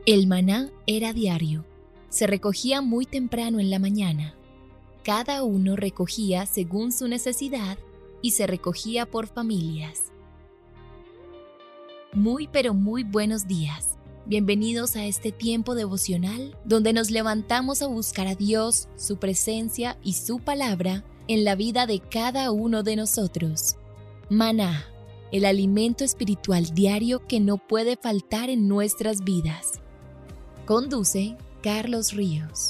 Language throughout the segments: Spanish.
El maná era diario. Se recogía muy temprano en la mañana. Cada uno recogía según su necesidad y se recogía por familias. Muy pero muy buenos días. Bienvenidos a este tiempo devocional donde nos levantamos a buscar a Dios, su presencia y su palabra en la vida de cada uno de nosotros. Maná, el alimento espiritual diario que no puede faltar en nuestras vidas. Conduce Carlos Ríos.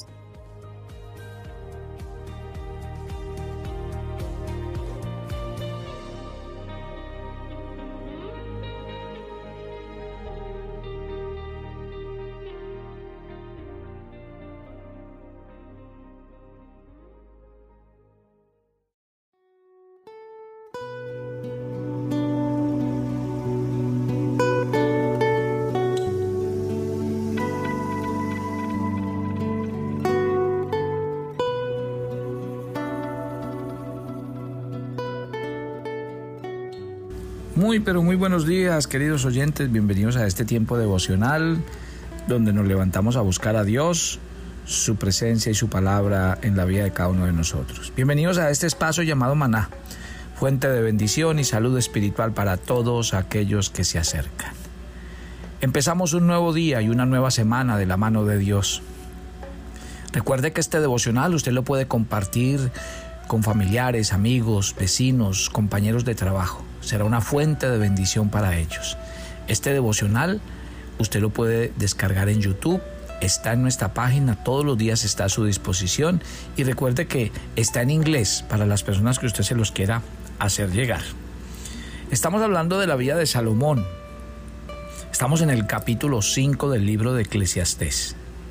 Muy pero muy buenos días, queridos oyentes, bienvenidos a este tiempo devocional donde nos levantamos a buscar a Dios, su presencia y su palabra en la vida de cada uno de nosotros. Bienvenidos a este espacio llamado Maná, fuente de bendición y salud espiritual para todos aquellos que se acercan. Empezamos un nuevo día y una nueva semana de la mano de Dios. Recuerde que este devocional usted lo puede compartir con familiares, amigos, vecinos, compañeros de trabajo. Será una fuente de bendición para ellos. Este devocional usted lo puede descargar en YouTube, está en nuestra página, todos los días está a su disposición y recuerde que está en inglés para las personas que usted se los quiera hacer llegar. Estamos hablando de la vida de Salomón. Estamos en el capítulo 5 del libro de Eclesiastés.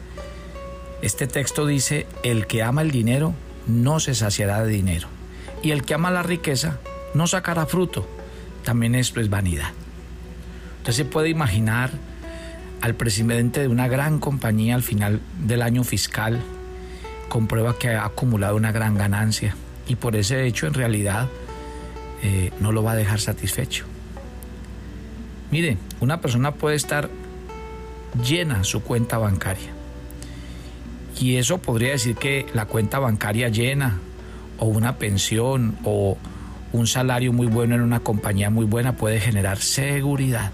Este texto dice: el que ama el dinero no se saciará de dinero, y el que ama la riqueza no sacará fruto. También esto es vanidad. Usted se puede imaginar al presidente de una gran compañía al final del año fiscal, comprueba que ha acumulado una gran ganancia y por ese hecho en realidad no lo va a dejar satisfecho. Mire, una persona puede estar llena su cuenta bancaria y eso podría decir que la cuenta bancaria llena o una pensión o un salario muy bueno en una compañía muy buena puede generar seguridad.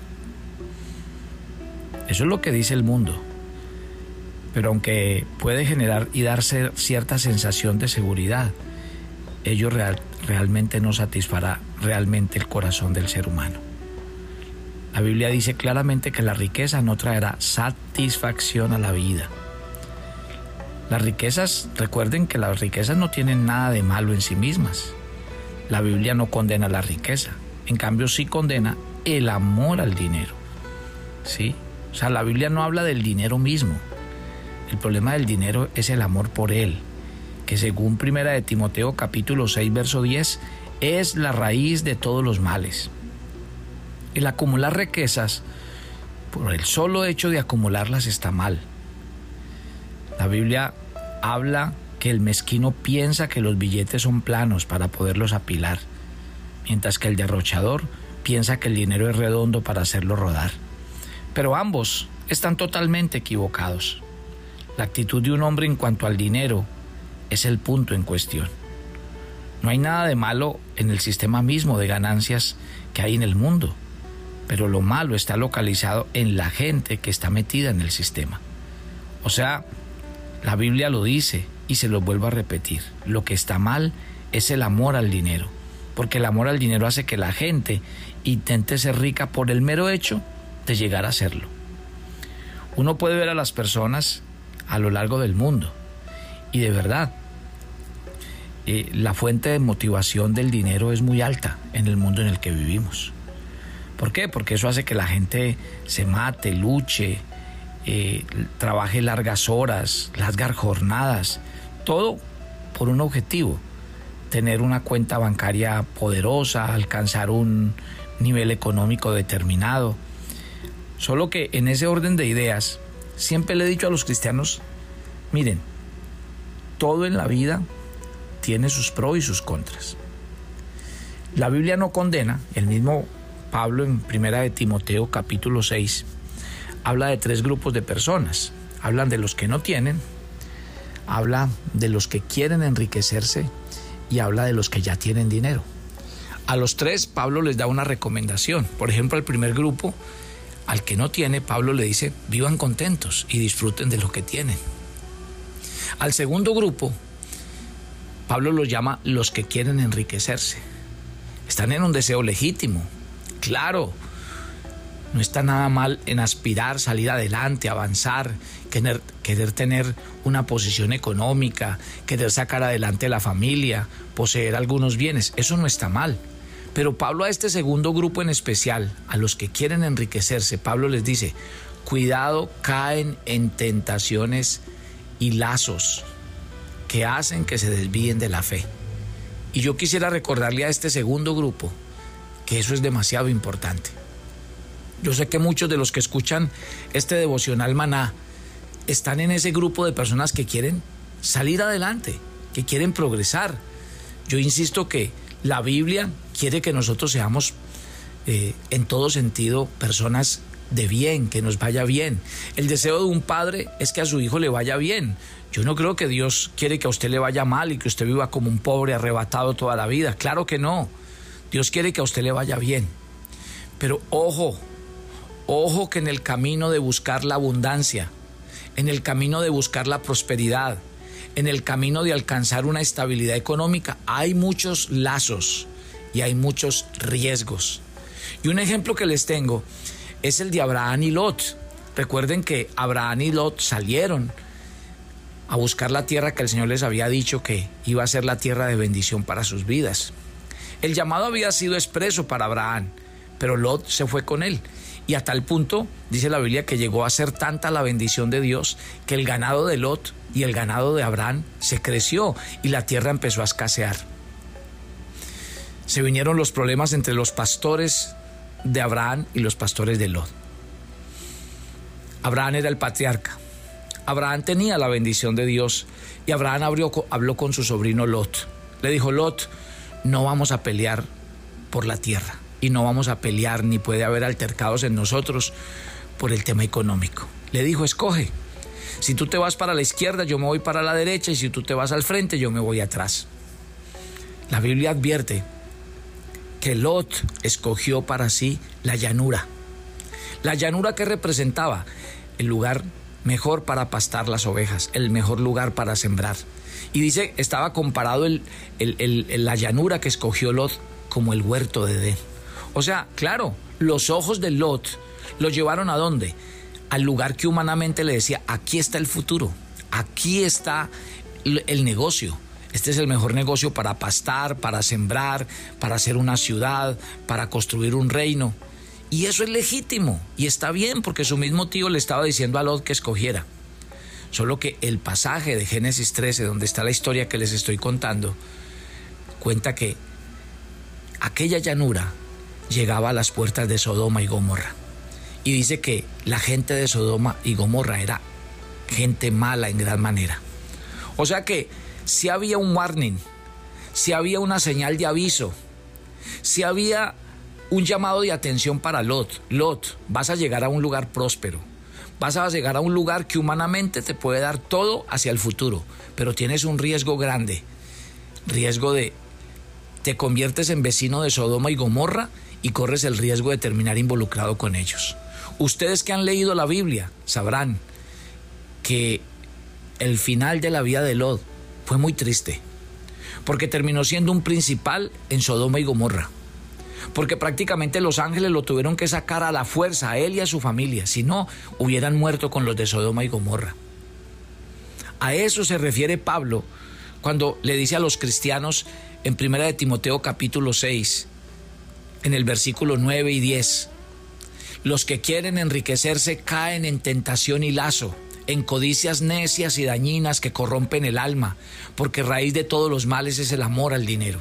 Eso es lo que dice el mundo. Pero aunque puede generar y darse cierta sensación de seguridad, ello realmente no satisfará realmente el corazón del ser humano. La Biblia dice claramente que la riqueza no traerá satisfacción a la vida. Las riquezas, recuerden que las riquezas no tienen nada de malo en sí mismas. La Biblia no condena la riqueza, en cambio sí condena el amor al dinero. ¿Sí? O sea, la Biblia no habla del dinero mismo. El problema del dinero es el amor por él, que según 1 de Timoteo capítulo 6, verso 10, es la raíz de todos los males. El acumular riquezas, por el solo hecho de acumularlas, está mal. La Biblia habla que el mezquino piensa que los billetes son planos para poderlos apilar, mientras que el derrochador piensa que el dinero es redondo para hacerlo rodar. Pero ambos están totalmente equivocados. La actitud de un hombre en cuanto al dinero es el punto en cuestión. No hay nada de malo en el sistema mismo de ganancias que hay en el mundo, pero lo malo está localizado en la gente que está metida en el sistema. O sea, la Biblia lo dice y se lo vuelvo a repetir. Lo que está mal es el amor al dinero, porque el amor al dinero hace que la gente intente ser rica por el mero hecho de llegar a serlo. Uno puede ver a las personas a lo largo del mundo y de verdad la fuente de motivación del dinero es muy alta en el mundo en el que vivimos. ¿Por qué? Porque eso hace que la gente se mate, luche, trabaje largas horas, largas jornadas, todo por un objetivo: tener una cuenta bancaria poderosa, alcanzar un nivel económico determinado. Solo que en ese orden de ideas, siempre le he dicho a los cristianos: miren, todo en la vida tiene sus pros y sus contras. La Biblia no condena, el mismo Pablo en 1 de Timoteo capítulo 6 habla de tres grupos de personas. Hablan de los que no tienen, habla de los que quieren enriquecerse y habla de los que ya tienen dinero. A los tres Pablo les da una recomendación. Por ejemplo, al primer grupo, al que no tiene, Pablo le dice: vivan contentos y disfruten de lo que tienen. Al segundo grupo, Pablo los llama los que quieren enriquecerse. Están en un deseo legítimo. Claro, no está nada mal en aspirar, salir adelante, avanzar, querer tener una posición económica, querer sacar adelante la familia, poseer algunos bienes. Eso no está mal. Pero Pablo a este segundo grupo en especial, a los que quieren enriquecerse, Pablo les dice: cuidado, caen en tentaciones y lazos que hacen que se desvíen de la fe. Y yo quisiera recordarle a este segundo grupo que eso es demasiado importante. Yo sé que muchos de los que escuchan este devocional Maná están en ese grupo de personas que quieren salir adelante, que quieren progresar. Yo insisto que la Biblia quiere que nosotros seamos en todo sentido personas de bien, que nos vaya bien. El deseo de un padre es que a su hijo le vaya bien. Yo no creo que Dios quiere que a usted le vaya mal y que usted viva como un pobre arrebatado toda la vida. Claro que no. Dios quiere que a usted le vaya bien. Pero ojo que en el camino de buscar la abundancia, en el camino de buscar la prosperidad, en el camino de alcanzar una estabilidad económica, hay muchos lazos y hay muchos riesgos. Y un ejemplo que les tengo es el de Abraham y Lot. Recuerden que Abraham y Lot salieron a buscar la tierra que el Señor les había dicho que iba a ser la tierra de bendición para sus vidas. El llamado había sido expreso para Abraham, pero Lot se fue con él. Y a tal punto, dice la Biblia, que llegó a ser tanta la bendición de Dios que el ganado de Lot y el ganado de Abraham se creció y la tierra empezó a escasear. Se vinieron los problemas entre los pastores de Abraham y los pastores de Lot. Abraham era el patriarca. Abraham tenía la bendición de Dios y Abraham habló con su sobrino Lot. Le dijo: Lot, no vamos a pelear por la tierra y no vamos a pelear ni puede haber altercados en nosotros por el tema económico. Le dijo: escoge. Si tú te vas para la izquierda, yo me voy para la derecha, y si tú te vas al frente, yo me voy atrás. La Biblia advierte que Lot escogió para sí la llanura. La llanura que representaba el lugar mejor para pastar las ovejas, el mejor lugar para sembrar. Y dice, estaba comparado la llanura que escogió Lot como el huerto de Edén. O sea, claro, los ojos de Lot lo llevaron ¿a dónde? Al lugar que humanamente le decía: aquí está el futuro, aquí está el negocio. Este es el mejor negocio para pastar, para sembrar, para hacer una ciudad, para construir un reino. Y eso es legítimo y está bien, porque su mismo tío le estaba diciendo a Lot que escogiera. Solo que el pasaje de Génesis 13, donde está la historia que les estoy contando, cuenta que aquella llanura llegaba a las puertas de Sodoma y Gomorra. Y dice que la gente de Sodoma y Gomorra era gente mala en gran manera. O sea que si había un warning, si había una señal de aviso, si había un llamado de atención para Lot. Lot, vas a llegar a un lugar próspero, vas a llegar a un lugar que humanamente te puede dar todo hacia el futuro, pero tienes un riesgo grande, riesgo de te conviertes en vecino de Sodoma y Gomorra y corres el riesgo de terminar involucrado con ellos. Ustedes que han leído la Biblia sabrán que el final de la vida de Lot fue muy triste, porque terminó siendo un principal en Sodoma y Gomorra, porque prácticamente los ángeles lo tuvieron que sacar a la fuerza, a él y a su familia, si no, hubieran muerto con los de Sodoma y Gomorra. A eso se refiere Pablo cuando le dice a los cristianos en 1 de Timoteo capítulo 6, en el versículo 9 y 10, los que quieren enriquecerse caen en tentación y lazo, en codicias necias y dañinas que corrompen el alma, porque raíz de todos los males es el amor al dinero.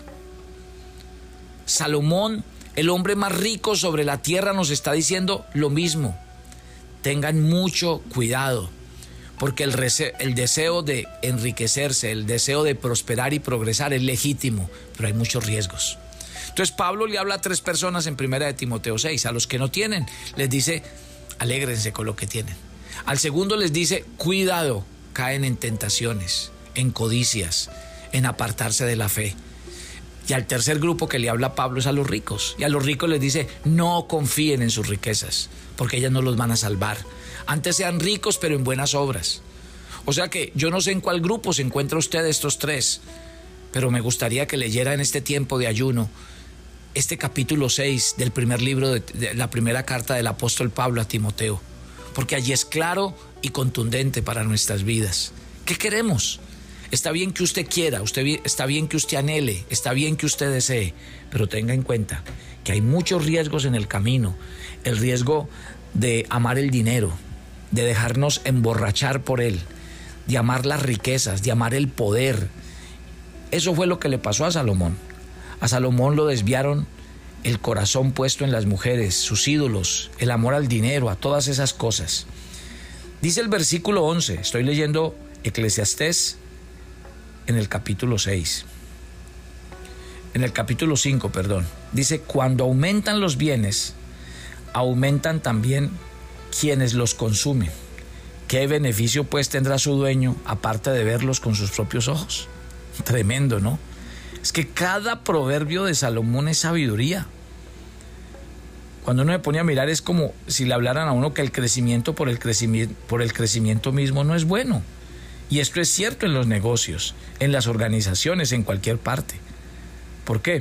Salomón, el hombre más rico sobre la tierra, nos está diciendo lo mismo. Tengan mucho cuidado, porque el deseo de enriquecerse, el deseo de prosperar y progresar es legítimo, pero hay muchos riesgos. Entonces Pablo le habla a 3 personas en 1 de Timoteo 6, a los que no tienen, les dice: Alégrense con lo que tienen. Al segundo les dice, cuidado, caen en tentaciones, en codicias, en apartarse de la fe. Y al tercer grupo que le habla Pablo es a los ricos. Y a los ricos les dice, no confíen en sus riquezas, porque ellas no los van a salvar. Antes sean ricos, pero en buenas obras. O sea que yo no sé en cuál grupo se encuentra usted de estos tres, pero me gustaría que leyera en este tiempo de ayuno este capítulo 6 del primer libro de la primera carta del apóstol Pablo a Timoteo, porque allí es claro y contundente para nuestras vidas. ¿Qué queremos? Está bien que usted quiera, está bien que usted anhele, está bien que usted desee, pero tenga en cuenta que hay muchos riesgos en el camino. El riesgo de amar el dinero, de dejarnos emborrachar por él, de amar las riquezas, de amar el poder. Eso fue lo que le pasó a Salomón. A Salomón lo desviaron el corazón puesto en las mujeres, sus ídolos, el amor al dinero, a todas esas cosas. Dice el versículo 11, estoy leyendo Eclesiastés en el capítulo 6. En el capítulo 5, perdón. Dice, cuando aumentan los bienes, aumentan también quienes los consumen. ¿Qué beneficio pues tendrá su dueño aparte de verlos con sus propios ojos? Tremendo, ¿no? Es que cada proverbio de Salomón es sabiduría. Cuando uno se pone a mirar es como si le hablaran a uno que el crecimiento por el crecimiento mismo no es bueno. Y esto es cierto en los negocios, en las organizaciones, en cualquier parte. ¿Por qué?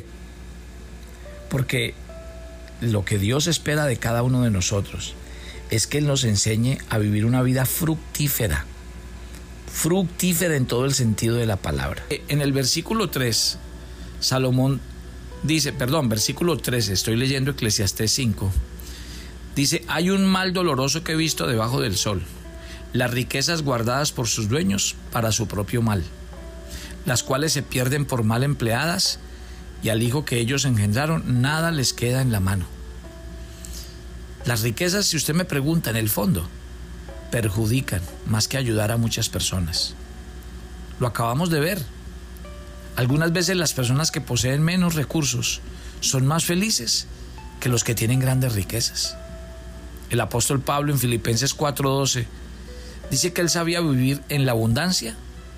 Porque lo que Dios espera de cada uno de nosotros es que Él nos enseñe a vivir una vida fructífera. Fructífera en todo el sentido de la palabra. En el versículo 3, Salomón dice, versículo 13, estoy leyendo Eclesiastés 5, dice, hay un mal doloroso que he visto debajo del sol, las riquezas guardadas por sus dueños para su propio mal, las cuales se pierden por mal empleadas, y al hijo que ellos engendraron nada les queda en la mano. Las riquezas, si usted me pregunta, en el fondo, perjudican más que ayudar a muchas personas. Lo acabamos de ver. Algunas veces las personas que poseen menos recursos son más felices que los que tienen grandes riquezas. El apóstol Pablo en Filipenses 4:12 dice que él sabía vivir en la abundancia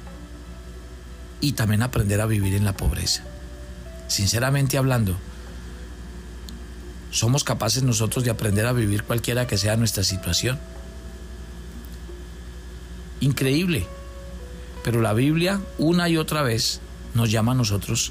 y también aprender a vivir en la pobreza. Sinceramente hablando, somos capaces nosotros de aprender a vivir cualquiera que sea nuestra situación. Increíble, pero la Biblia una y otra vez nos llama a nosotros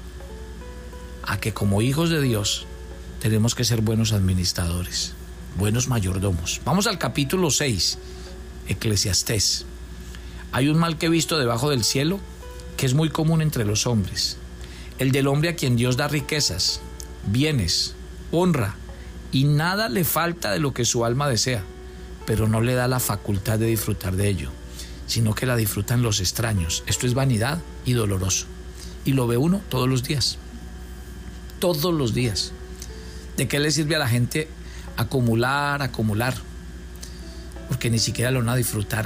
a que como hijos de Dios tenemos que ser buenos administradores, buenos mayordomos. Vamos al capítulo 6, Eclesiastés. Hay un mal que he visto debajo del cielo que es muy común entre los hombres, el del hombre a quien Dios da riquezas, bienes, honra, y nada le falta de lo que su alma desea, pero no le da la facultad de disfrutar de ello, sino que la disfrutan los extraños. Esto es vanidad y doloroso. Y lo ve uno todos los días. Todos los días. ¿De qué le sirve a la gente acumular? Porque ni siquiera lo van a disfrutar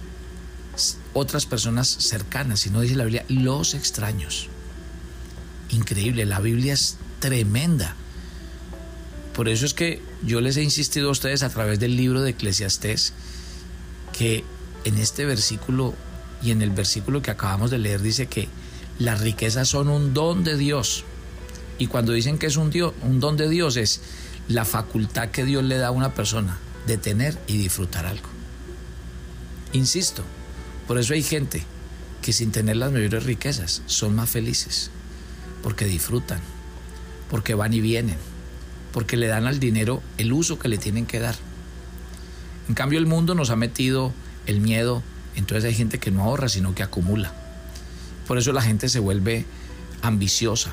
otras personas cercanas, sino dice la Biblia, los extraños. Increíble, la Biblia es tremenda. Por eso es que yo les he insistido a ustedes a través del libro de Eclesiastés que en este versículo y en el versículo que acabamos de leer dice que las riquezas son un don de Dios. Y cuando dicen que es un don de Dios es la facultad que Dios le da a una persona de tener y disfrutar algo. Insisto, por eso hay gente que sin tener las mayores riquezas son más felices, porque disfrutan, porque van y vienen, porque le dan al dinero el uso que le tienen que dar. En cambio, el mundo nos ha metido el miedo, entonces hay gente que no ahorra, sino que acumula. Por eso la gente se vuelve ambiciosa,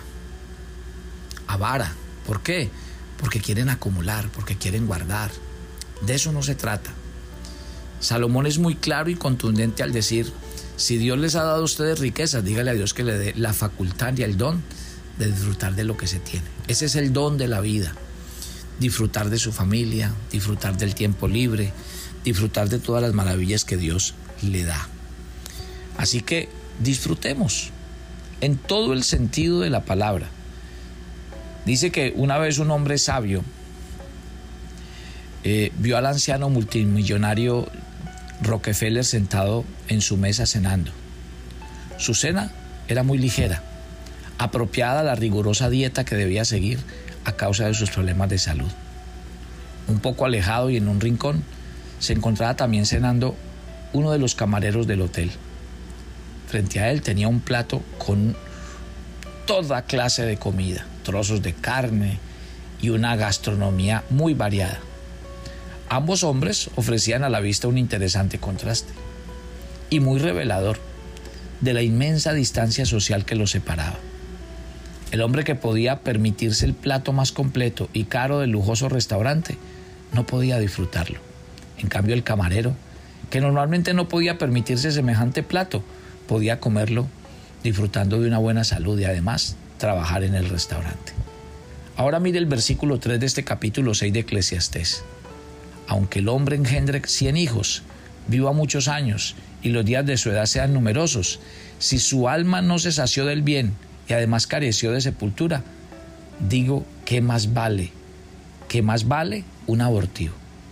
avara. ¿Por qué? Porque quieren acumular, porque quieren guardar. De eso no se trata. Salomón es muy claro y contundente al decir, si Dios les ha dado a ustedes riquezas, dígale a Dios que le dé la facultad y el don de disfrutar de lo que se tiene. Ese es el don de la vida. Disfrutar de su familia, disfrutar del tiempo libre, disfrutar de todas las maravillas que Dios le da. Así que disfrutemos en todo el sentido de la palabra. Dice que una vez un hombre sabio vio al anciano multimillonario Rockefeller sentado en su mesa cenando. Su cena era muy ligera, apropiada a la rigurosa dieta que debía seguir a causa de sus problemas de salud. Un poco alejado y en un rincón se encontraba también cenando uno de los camareros del hotel. Frente a él tenía un plato con toda clase de comida, trozos de carne y una gastronomía muy variada. Ambos hombres ofrecían a la vista un interesante contraste y muy revelador de la inmensa distancia social que los separaba. El hombre que podía permitirse el plato más completo y caro del lujoso restaurante no podía disfrutarlo. En cambio, el camarero, que normalmente no podía permitirse semejante plato, podía comerlo disfrutando de una buena salud y además trabajar en el restaurante. Ahora mire el versículo 3 de este capítulo 6 de Eclesiastés. Aunque el hombre engendre 100 hijos, viva muchos años y los días de su edad sean numerosos, si su alma no se sació del bien y además careció de sepultura, digo, ¿qué más vale? ¿Qué más vale un abortivo?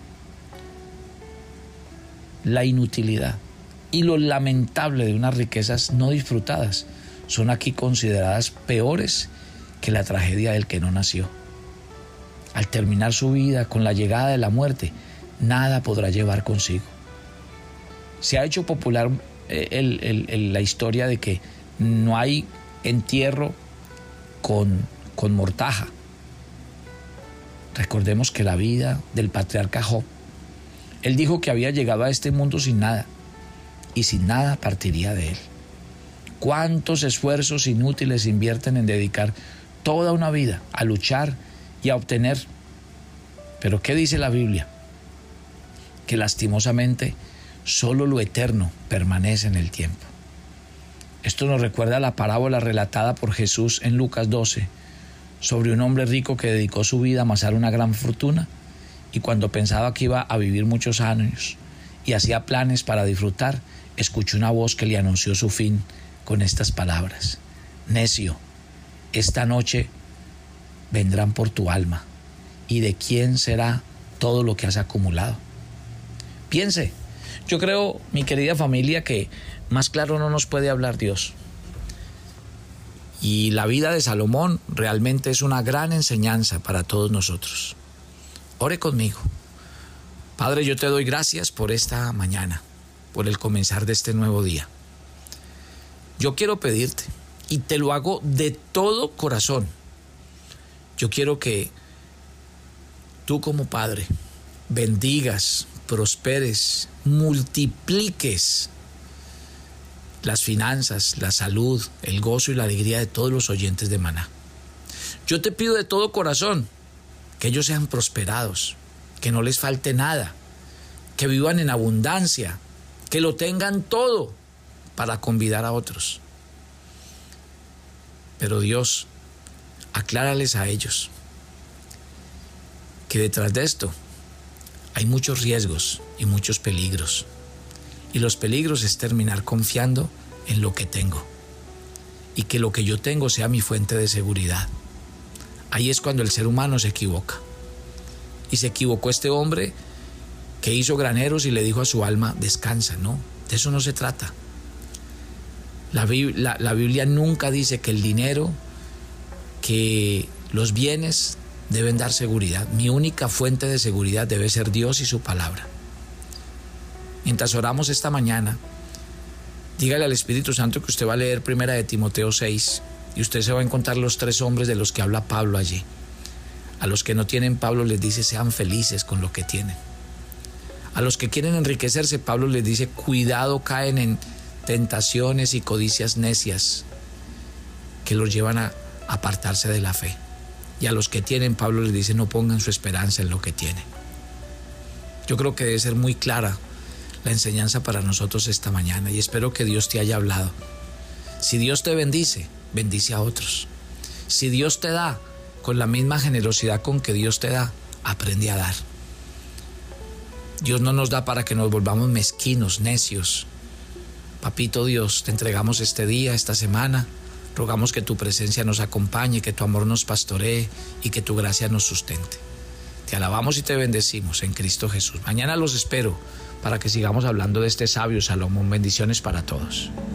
La inutilidad y lo lamentable de unas riquezas no disfrutadas son aquí consideradas peores que la tragedia del que no nació. Al terminar su vida con la llegada de la muerte, nada podrá llevar consigo. Se ha hecho popular la historia de que no hay entierro con mortaja. Recordemos que la vida del patriarca Job, él dijo que había llegado a este mundo sin nada y sin nada partiría de él. ¿Cuántos esfuerzos inútiles invierten en dedicar toda una vida a luchar y a obtener? Pero ¿qué dice la Biblia? Que lastimosamente solo lo eterno permanece en el tiempo. Esto nos recuerda la parábola relatada por Jesús en Lucas 12 sobre un hombre rico que dedicó su vida a amasar una gran fortuna y cuando pensaba que iba a vivir muchos años y hacía planes para disfrutar, escuchó una voz que le anunció su fin con estas palabras: necio, esta noche vendrán por tu alma, ¿y de quién será todo lo que has acumulado? Piense, yo creo, mi querida familia, que más claro no nos puede hablar Dios. Y la vida de Salomón realmente es una gran enseñanza para todos nosotros. Ore conmigo. Padre, yo te doy gracias por esta mañana, por el comenzar de este nuevo día. Yo quiero pedirte, y te lo hago de todo corazón, yo quiero que tú como Padre bendigas, prosperes, multipliques las finanzas, la salud, el gozo y la alegría de todos los oyentes de Maná. Yo te pido de todo corazón que ellos sean prosperados, que no les falte nada, que vivan en abundancia, que lo tengan todo para convidar a otros. Pero Dios, aclárales a ellos que detrás de esto hay muchos riesgos y muchos peligros. Y los peligros es terminar confiando en lo que tengo. Y que lo que yo tengo sea mi fuente de seguridad. Ahí es cuando el ser humano se equivoca. Y se equivocó este hombre que hizo graneros y le dijo a su alma, descansa. No, de eso no se trata. La Biblia nunca dice que el dinero, que los bienes deben dar seguridad. Mi única fuente de seguridad debe ser Dios y su palabra. Mientras oramos esta mañana, dígale al Espíritu Santo que usted va a leer 1 de Timoteo 6 y usted se va a encontrar los 3 hombres de los que habla Pablo allí. A los que no tienen, Pablo les dice sean felices con lo que tienen. A los que quieren enriquecerse, Pablo les dice cuidado, caen en tentaciones y codicias necias que los llevan a apartarse de la fe. Y a los que tienen, Pablo les dice no pongan su esperanza en lo que tienen. Yo creo que debe ser muy clara la enseñanza para nosotros esta mañana y espero que Dios te haya hablado. Si Dios te bendice, bendice a otros. Si Dios te da con la misma generosidad con que Dios te da, aprende a dar. Dios no nos da para que nos volvamos mezquinos, necios. Papito Dios, te entregamos este día, esta semana. Rogamos que tu presencia nos acompañe, que tu amor nos pastoree y que tu gracia nos sustente. Te Te alabamos y te bendecimos en Cristo Jesús. Mañana los espero para que sigamos hablando de este sabio Salomón. Bendiciones para todos.